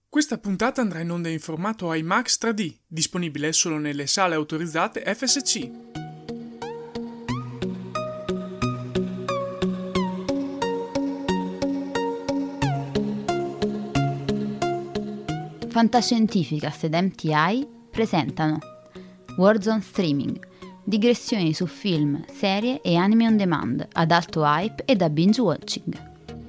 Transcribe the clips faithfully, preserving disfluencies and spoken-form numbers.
Questa puntata andrà in onda in formato IMAX tre D, disponibile solo nelle sale autorizzate F S C. Fantascientificast ed M T I presentano Warzone Streaming, digressioni su film, serie e anime on demand ad alto hype e da binge watching.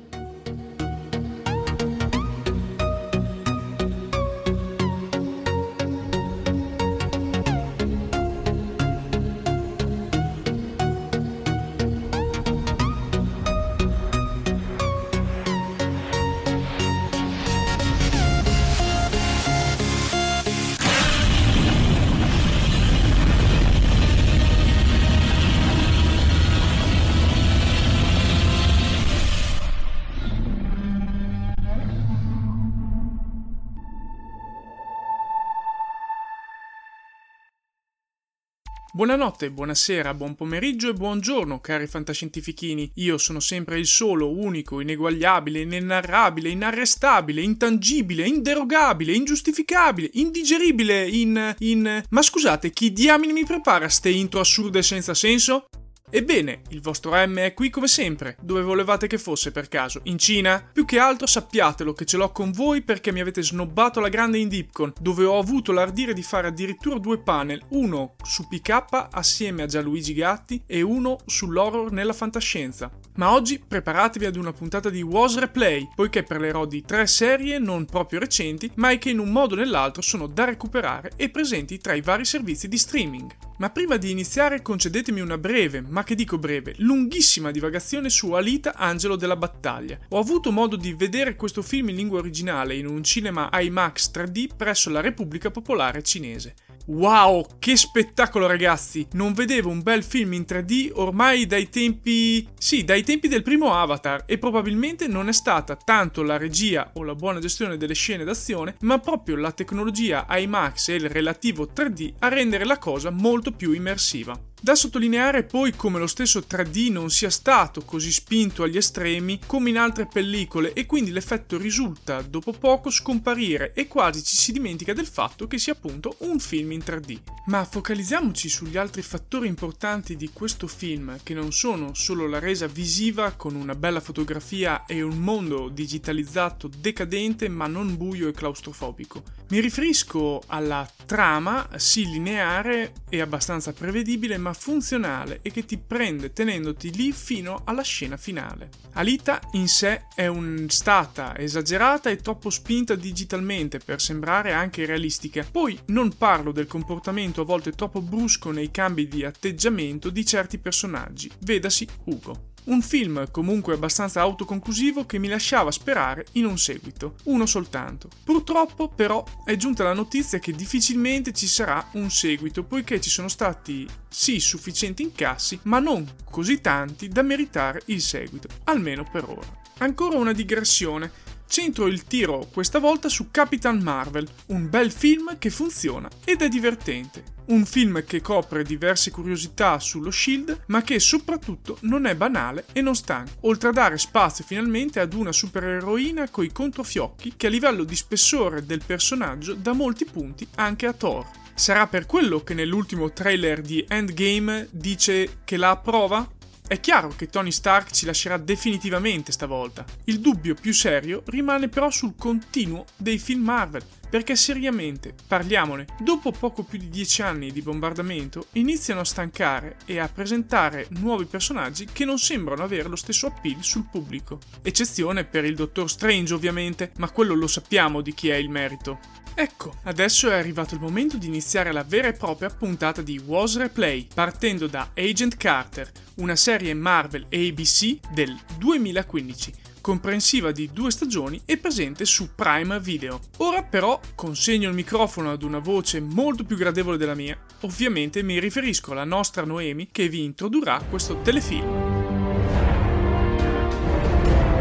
Buonanotte, buonasera, buon pomeriggio e buongiorno, cari fantascientifichini. Io sono sempre il solo, unico, ineguagliabile, inenarrabile, inarrestabile, intangibile, inderogabile, ingiustificabile, indigeribile, in... in... Ma scusate, chi diamine mi prepara ste intro assurde senza senso? Ebbene, il vostro M è qui come sempre. Dove volevate che fosse per caso? In Cina? Più che altro sappiatelo che ce l'ho con voi perché mi avete snobbato alla grande in Dipcon, dove ho avuto l'ardire di fare addirittura due panel, uno su P K assieme a Gianluigi Gatti e uno sull'horror nella fantascienza. Ma oggi preparatevi ad una puntata di Was Replay, poiché parlerò di tre serie non proprio recenti, ma che in un modo o nell'altro sono da recuperare e presenti tra i vari servizi di streaming. Ma prima di iniziare concedetemi una breve, ma che dico breve, lunghissima divagazione su Alita Angelo della Battaglia. Ho avuto modo di vedere questo film in lingua originale in un cinema IMAX tre D presso la Repubblica Popolare Cinese. Wow, che spettacolo ragazzi! Non vedevo un bel film in tre D ormai dai tempi... sì, dai tempi del primo Avatar, e probabilmente non è stata tanto la regia o la buona gestione delle scene d'azione, ma proprio la tecnologia IMAX e il relativo tre D a rendere la cosa molto più immersiva. Da sottolineare poi come lo stesso tre D non sia stato così spinto agli estremi come in altre pellicole e quindi l'effetto risulta dopo poco scomparire e quasi ci si dimentica del fatto che sia appunto un film in tre D. Ma focalizziamoci sugli altri fattori importanti di questo film, che non sono solo la resa visiva con una bella fotografia e un mondo digitalizzato decadente ma non buio e claustrofobico. Mi riferisco alla trama, sì lineare e abbastanza prevedibile ma funzionale e che ti prende tenendoti lì fino alla scena finale. Alita in sé è un, stata esagerata e troppo spinta digitalmente per sembrare anche realistica. Poi non parlo del comportamento a volte troppo brusco nei cambi di atteggiamento di certi personaggi, vedasi Hugo. Un film comunque abbastanza autoconclusivo che mi lasciava sperare in un seguito, uno soltanto. Purtroppo però è giunta la notizia che difficilmente ci sarà un seguito, poiché ci sono stati sì sufficienti incassi, ma non così tanti da meritare il seguito, almeno per ora. Ancora una digressione. Centro il tiro questa volta su Capitan Marvel, un bel film che funziona ed è divertente. Un film che copre diverse curiosità sullo Shield, ma che soprattutto non è banale e non stanca, oltre a dare spazio finalmente ad una supereroina coi controfiocchi che a livello di spessore del personaggio dà molti punti anche a Thor. Sarà per quello che nell'ultimo trailer di Endgame dice che la approva? È chiaro che Tony Stark ci lascerà definitivamente stavolta. Il dubbio più serio rimane però sul continuo dei film Marvel, perché seriamente, parliamone, dopo poco più di dieci anni di bombardamento iniziano a stancare e a presentare nuovi personaggi che non sembrano avere lo stesso appeal sul pubblico. Eccezione per il Dottor Strange ovviamente, ma quello lo sappiamo di chi è il merito. Ecco, adesso è arrivato il momento di iniziare la vera e propria puntata di Was Replay, partendo da Agent Carter, una serie Marvel A B C del duemilaquindici, comprensiva di due stagioni e presente su Prime Video. Ora però consegno il microfono ad una voce molto più gradevole della mia, ovviamente mi riferisco alla nostra Noemi che vi introdurrà questo telefilm.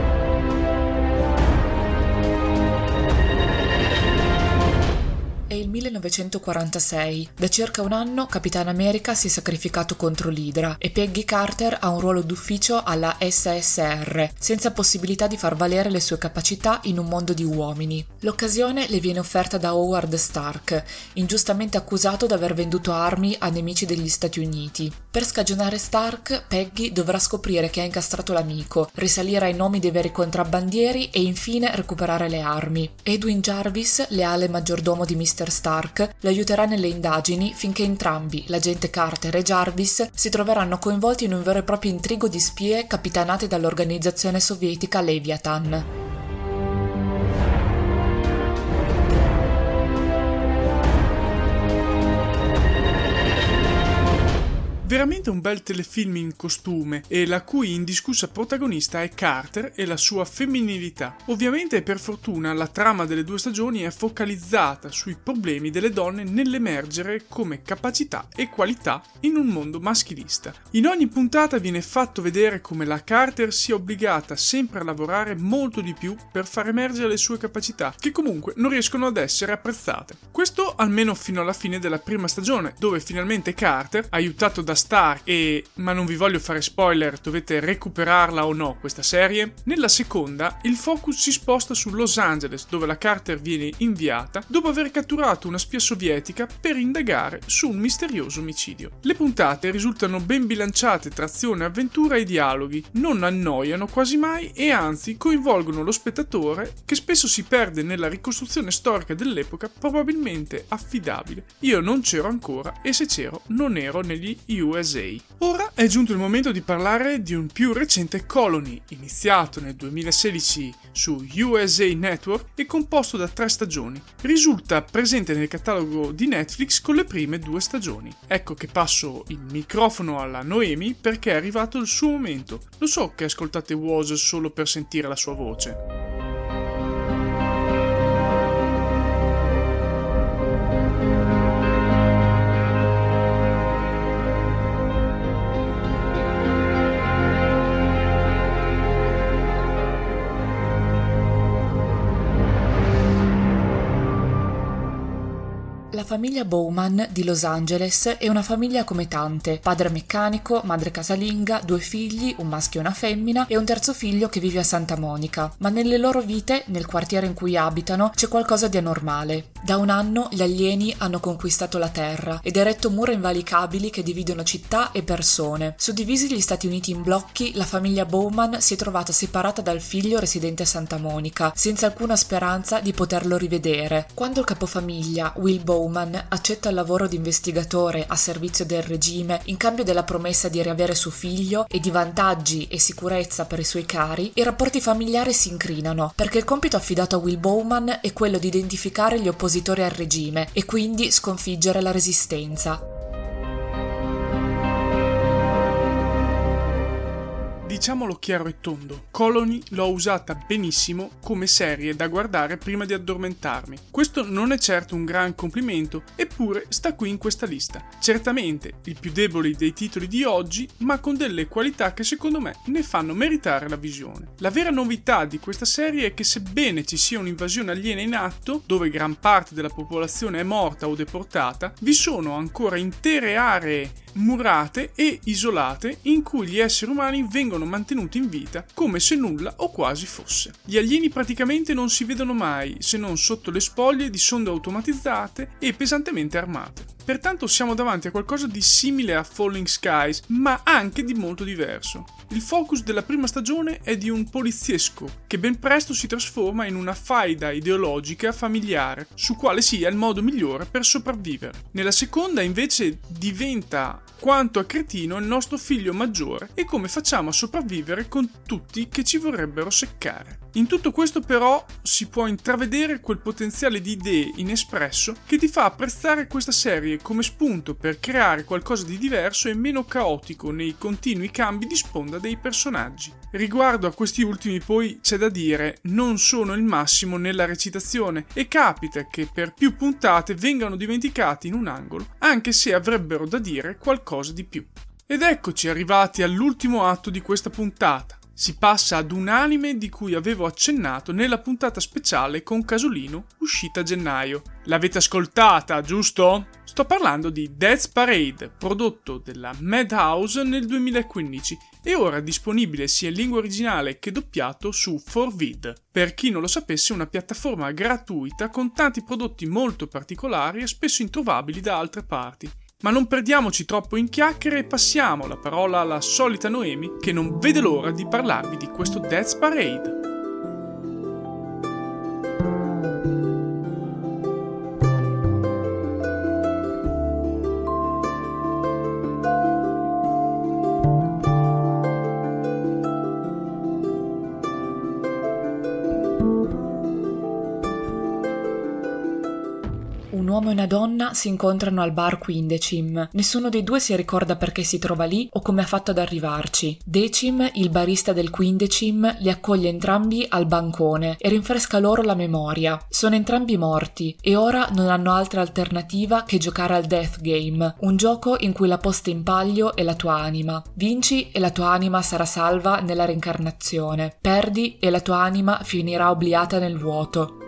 È il millenovecentoquarantasei. Da circa un anno Capitan America si è sacrificato contro l'Hydra e Peggy Carter ha un ruolo d'ufficio alla S S R, senza possibilità di far valere le sue capacità in un mondo di uomini. L'occasione le viene offerta da Howard Stark, ingiustamente accusato di aver venduto armi a nemici degli Stati Uniti. Per scagionare Stark, Peggy dovrà scoprire che ha incastrato l'amico, risalire ai nomi dei veri contrabbandieri e infine recuperare le armi. Edwin Jarvis, leale maggiordomo di mister Stark, lo aiuterà nelle indagini finché entrambi, l'agente Carter e Jarvis, si troveranno coinvolti in un vero e proprio intrigo di spie capitanate dall'organizzazione sovietica Leviathan. Veramente un bel telefilm in costume e la cui indiscussa protagonista è Carter e la sua femminilità. Ovviamente, per fortuna, la trama delle due stagioni è focalizzata sui problemi delle donne nell'emergere come capacità e qualità in un mondo maschilista. In ogni puntata viene fatto vedere come la Carter sia obbligata sempre a lavorare molto di più per far emergere le sue capacità, che comunque non riescono ad essere apprezzate. Questo almeno fino alla fine della prima stagione, dove finalmente Carter, aiutato da Stark e, ma non vi voglio fare spoiler, dovete recuperarla o no questa serie, nella seconda il focus si sposta su Los Angeles, dove la Carter viene inviata dopo aver catturato una spia sovietica per indagare su un misterioso omicidio. Le puntate risultano ben bilanciate tra azione, avventura e dialoghi, non annoiano quasi mai e anzi coinvolgono lo spettatore, che spesso si perde nella ricostruzione storica dell'epoca probabilmente affidabile. Io non c'ero ancora e se c'ero non ero negli U S A. Ora è giunto il momento di parlare di un più recente Colony, iniziato nel duemilasedici su U S A Network e composto da tre stagioni. Risulta presente nel catalogo di Netflix con le prime due stagioni. Ecco che passo il microfono alla Noemi perché è arrivato il suo momento. Lo so che ascoltate Woz solo per sentire la sua voce. La famiglia Bowman di Los Angeles è una famiglia come tante: padre meccanico, madre casalinga, due figli, un maschio e una femmina e un terzo figlio che vive a Santa Monica. Ma nelle loro vite, nel quartiere in cui abitano, c'è qualcosa di anormale. Da un anno gli alieni hanno conquistato la Terra ed eretto mura invalicabili che dividono città e persone. Suddivisi gli Stati Uniti in blocchi, la famiglia Bowman si è trovata separata dal figlio residente a Santa Monica, senza alcuna speranza di poterlo rivedere. Quando il capofamiglia, Will Bowman, accetta il lavoro di investigatore a servizio del regime in cambio della promessa di riavere suo figlio e di vantaggi e sicurezza per i suoi cari, i rapporti familiari si incrinano, perché il compito affidato a Will Bowman è quello di identificare gli oppositori al regime e quindi sconfiggere la resistenza. Diciamolo chiaro e tondo, Colony l'ho usata benissimo come serie da guardare prima di addormentarmi. Questo non è certo un gran complimento, eppure sta qui in questa lista. Certamente il più debole dei titoli di oggi, ma con delle qualità che secondo me ne fanno meritare la visione. La vera novità di questa serie è che sebbene ci sia un'invasione aliena in atto, dove gran parte della popolazione è morta o deportata, vi sono ancora intere aree murate e isolate in cui gli esseri umani vengono mantenuti in vita come se nulla o quasi fosse. Gli alieni praticamente non si vedono mai se non sotto le spoglie di sonde automatizzate e pesantemente armate. Pertanto siamo davanti a qualcosa di simile a Falling Skies, ma anche di molto diverso. Il focus della prima stagione è di un poliziesco che ben presto si trasforma in una faida ideologica familiare su quale sia il modo migliore per sopravvivere. Nella seconda invece diventa quanto è cretino il nostro figlio maggiore e come facciamo a sopravvivere con tutti che ci vorrebbero seccare. In tutto questo però si può intravedere quel potenziale di idee inespresso che ti fa apprezzare questa serie come spunto per creare qualcosa di diverso e meno caotico nei continui cambi di sponda dei personaggi. Riguardo a questi ultimi poi c'è da dire, non sono il massimo nella recitazione e capita che per più puntate vengano dimenticati in un angolo, anche se avrebbero da dire qualcosa di più. Ed eccoci arrivati all'ultimo atto di questa puntata. Si passa ad un anime di cui avevo accennato nella puntata speciale con Casolino, uscita a gennaio. L'avete ascoltata, giusto? Sto parlando di Death Parade, prodotto dalla Madhouse nel duemilaquindici e ora disponibile sia in lingua originale che doppiato su four vid. Per chi non lo sapesse, una piattaforma gratuita con tanti prodotti molto particolari e spesso introvabili da altre parti. Ma non perdiamoci troppo in chiacchiere e passiamo la parola alla solita Noemi, che non vede l'ora di parlarvi di questo Death Parade. Un uomo e una donna si incontrano al bar Quindecim. Nessuno dei due si ricorda perché si trova lì o come ha fatto ad arrivarci. Decim, il barista del Quindecim, li accoglie entrambi al bancone e rinfresca loro la memoria. Sono entrambi morti e ora non hanno altra alternativa che giocare al Death Game, un gioco in cui la posta in palio è la tua anima. Vinci e la tua anima sarà salva nella reincarnazione. Perdi e la tua anima finirà obliata nel vuoto.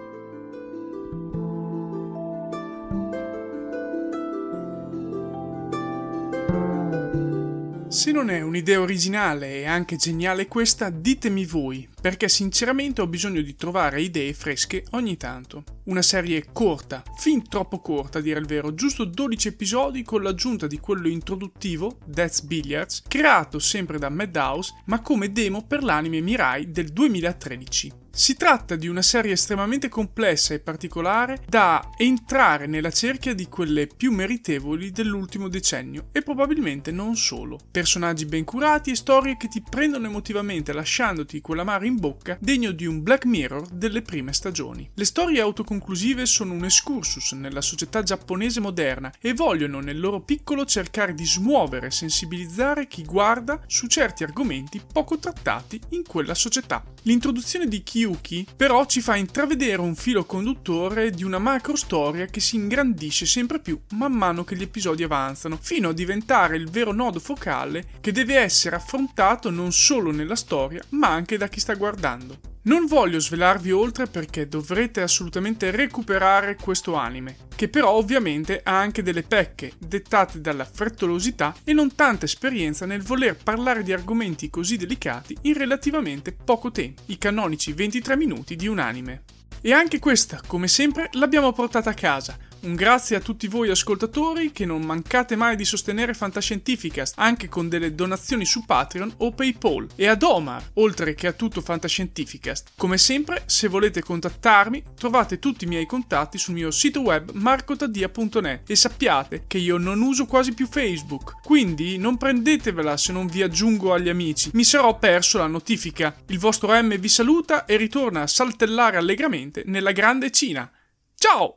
Se non è un'idea originale e anche geniale questa, ditemi voi, perché sinceramente ho bisogno di trovare idee fresche ogni tanto. Una serie corta, fin troppo corta a dire il vero, giusto dodici episodi con l'aggiunta di quello introduttivo, Death's Billiards, creato sempre da Madhouse, ma come demo per l'anime Mirai del duemilatredici. Si tratta di una serie estremamente complessa e particolare da entrare nella cerchia di quelle più meritevoli dell'ultimo decennio e probabilmente non solo. Personaggi ben curati e storie che ti prendono emotivamente lasciandoti quell'amaro in bocca degno di un Black Mirror delle prime stagioni. Le storie autoconclusive sono un excursus nella società giapponese moderna e vogliono nel loro piccolo cercare di smuovere e sensibilizzare chi guarda su certi argomenti poco trattati in quella società. L'introduzione di Kyuki però ci fa intravedere un filo conduttore di una macro storia che si ingrandisce sempre più man mano che gli episodi avanzano, fino a diventare il vero nodo focale che deve essere affrontato non solo nella storia ma anche da chi sta guardando. Non voglio svelarvi oltre perché dovrete assolutamente recuperare questo anime, che però ovviamente ha anche delle pecche, dettate dalla frettolosità e non tanta esperienza nel voler parlare di argomenti così delicati in relativamente poco tempo, i canonici ventitré minuti di un anime. E anche questa, come sempre, l'abbiamo portata a casa. Un grazie a tutti voi ascoltatori che non mancate mai di sostenere Fantascientificast anche con delle donazioni su Patreon o PayPal, e ad Omar, oltre che a tutto Fantascientificast. Come sempre, se volete contattarmi, trovate tutti i miei contatti sul mio sito web marcotadia punto net e sappiate che io non uso quasi più Facebook, quindi non prendetevela se non vi aggiungo agli amici, mi sarò perso la notifica. Il vostro M vi saluta e ritorna a saltellare allegramente nella grande Cina. Ciao!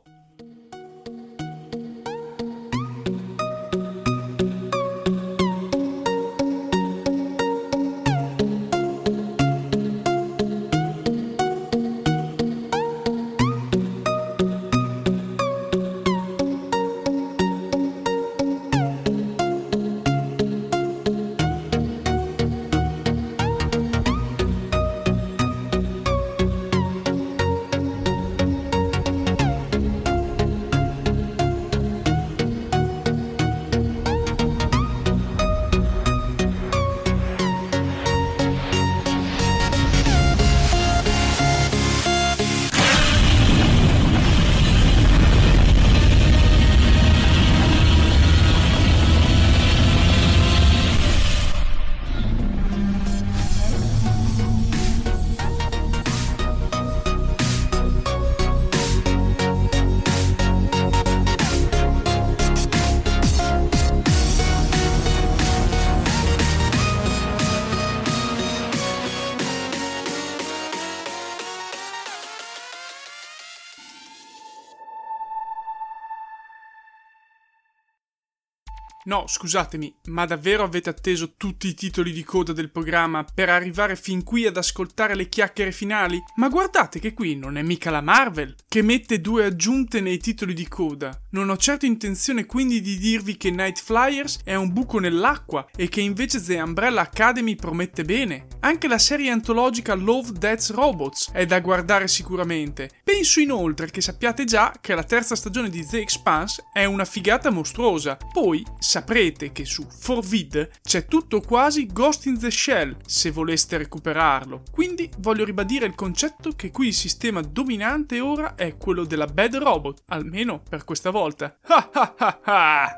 No, scusatemi, ma davvero avete atteso tutti i titoli di coda del programma per arrivare fin qui ad ascoltare le chiacchiere finali? Ma guardate che qui non è mica la Marvel, che mette due aggiunte nei titoli di coda. Non ho certo intenzione quindi di dirvi che Night Flyers è un buco nell'acqua e che invece The Umbrella Academy promette bene. Anche la serie antologica Love, Death, Robots è da guardare sicuramente. Penso inoltre che sappiate già che la terza stagione di The Expanse è una figata mostruosa. Poi saprete che su four vid c'è tutto quasi Ghost in the Shell se voleste recuperarlo. Quindi voglio ribadire il concetto che qui il sistema dominante ora è quello della Bad Robot, almeno per questa volta. Ha ha ha ha!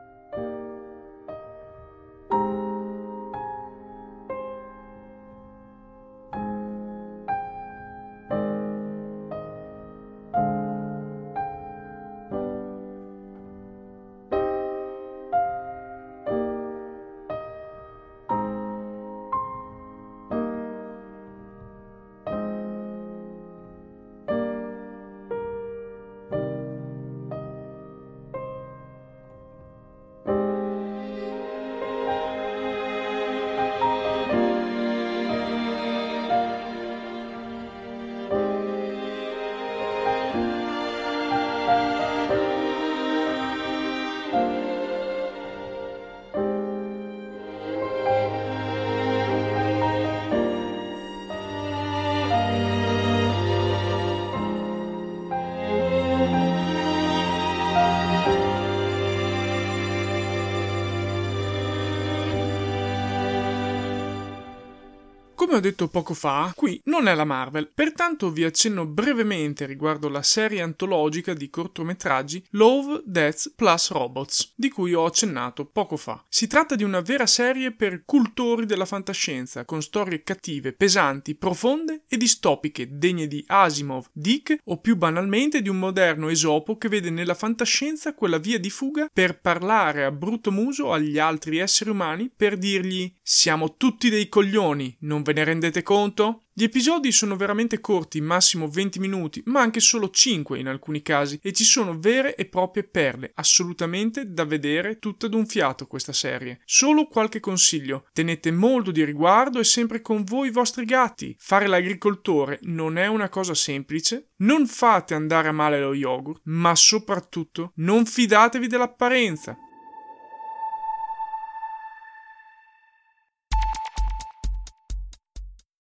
Come ho detto poco fa, qui non è la Marvel, pertanto vi accenno brevemente riguardo la serie antologica di cortometraggi Love, Death plus Robots, di cui ho accennato poco fa. Si tratta di una vera serie per cultori della fantascienza, con storie cattive, pesanti, profonde e distopiche, degne di Asimov, Dick o più banalmente di un moderno Esopo che vede nella fantascienza quella via di fuga per parlare a brutto muso agli altri esseri umani per dirgli «Siamo tutti dei coglioni, non ve ne rendete conto?» Gli episodi sono veramente corti, massimo venti minuti, ma anche solo cinque in alcuni casi, e ci sono vere e proprie perle, assolutamente da vedere tutta d'un fiato questa serie. Solo qualche consiglio: tenete molto di riguardo e sempre con voi i vostri gatti. Fare l'agricoltore non è una cosa semplice, non fate andare a male lo yogurt, ma soprattutto non fidatevi dell'apparenza,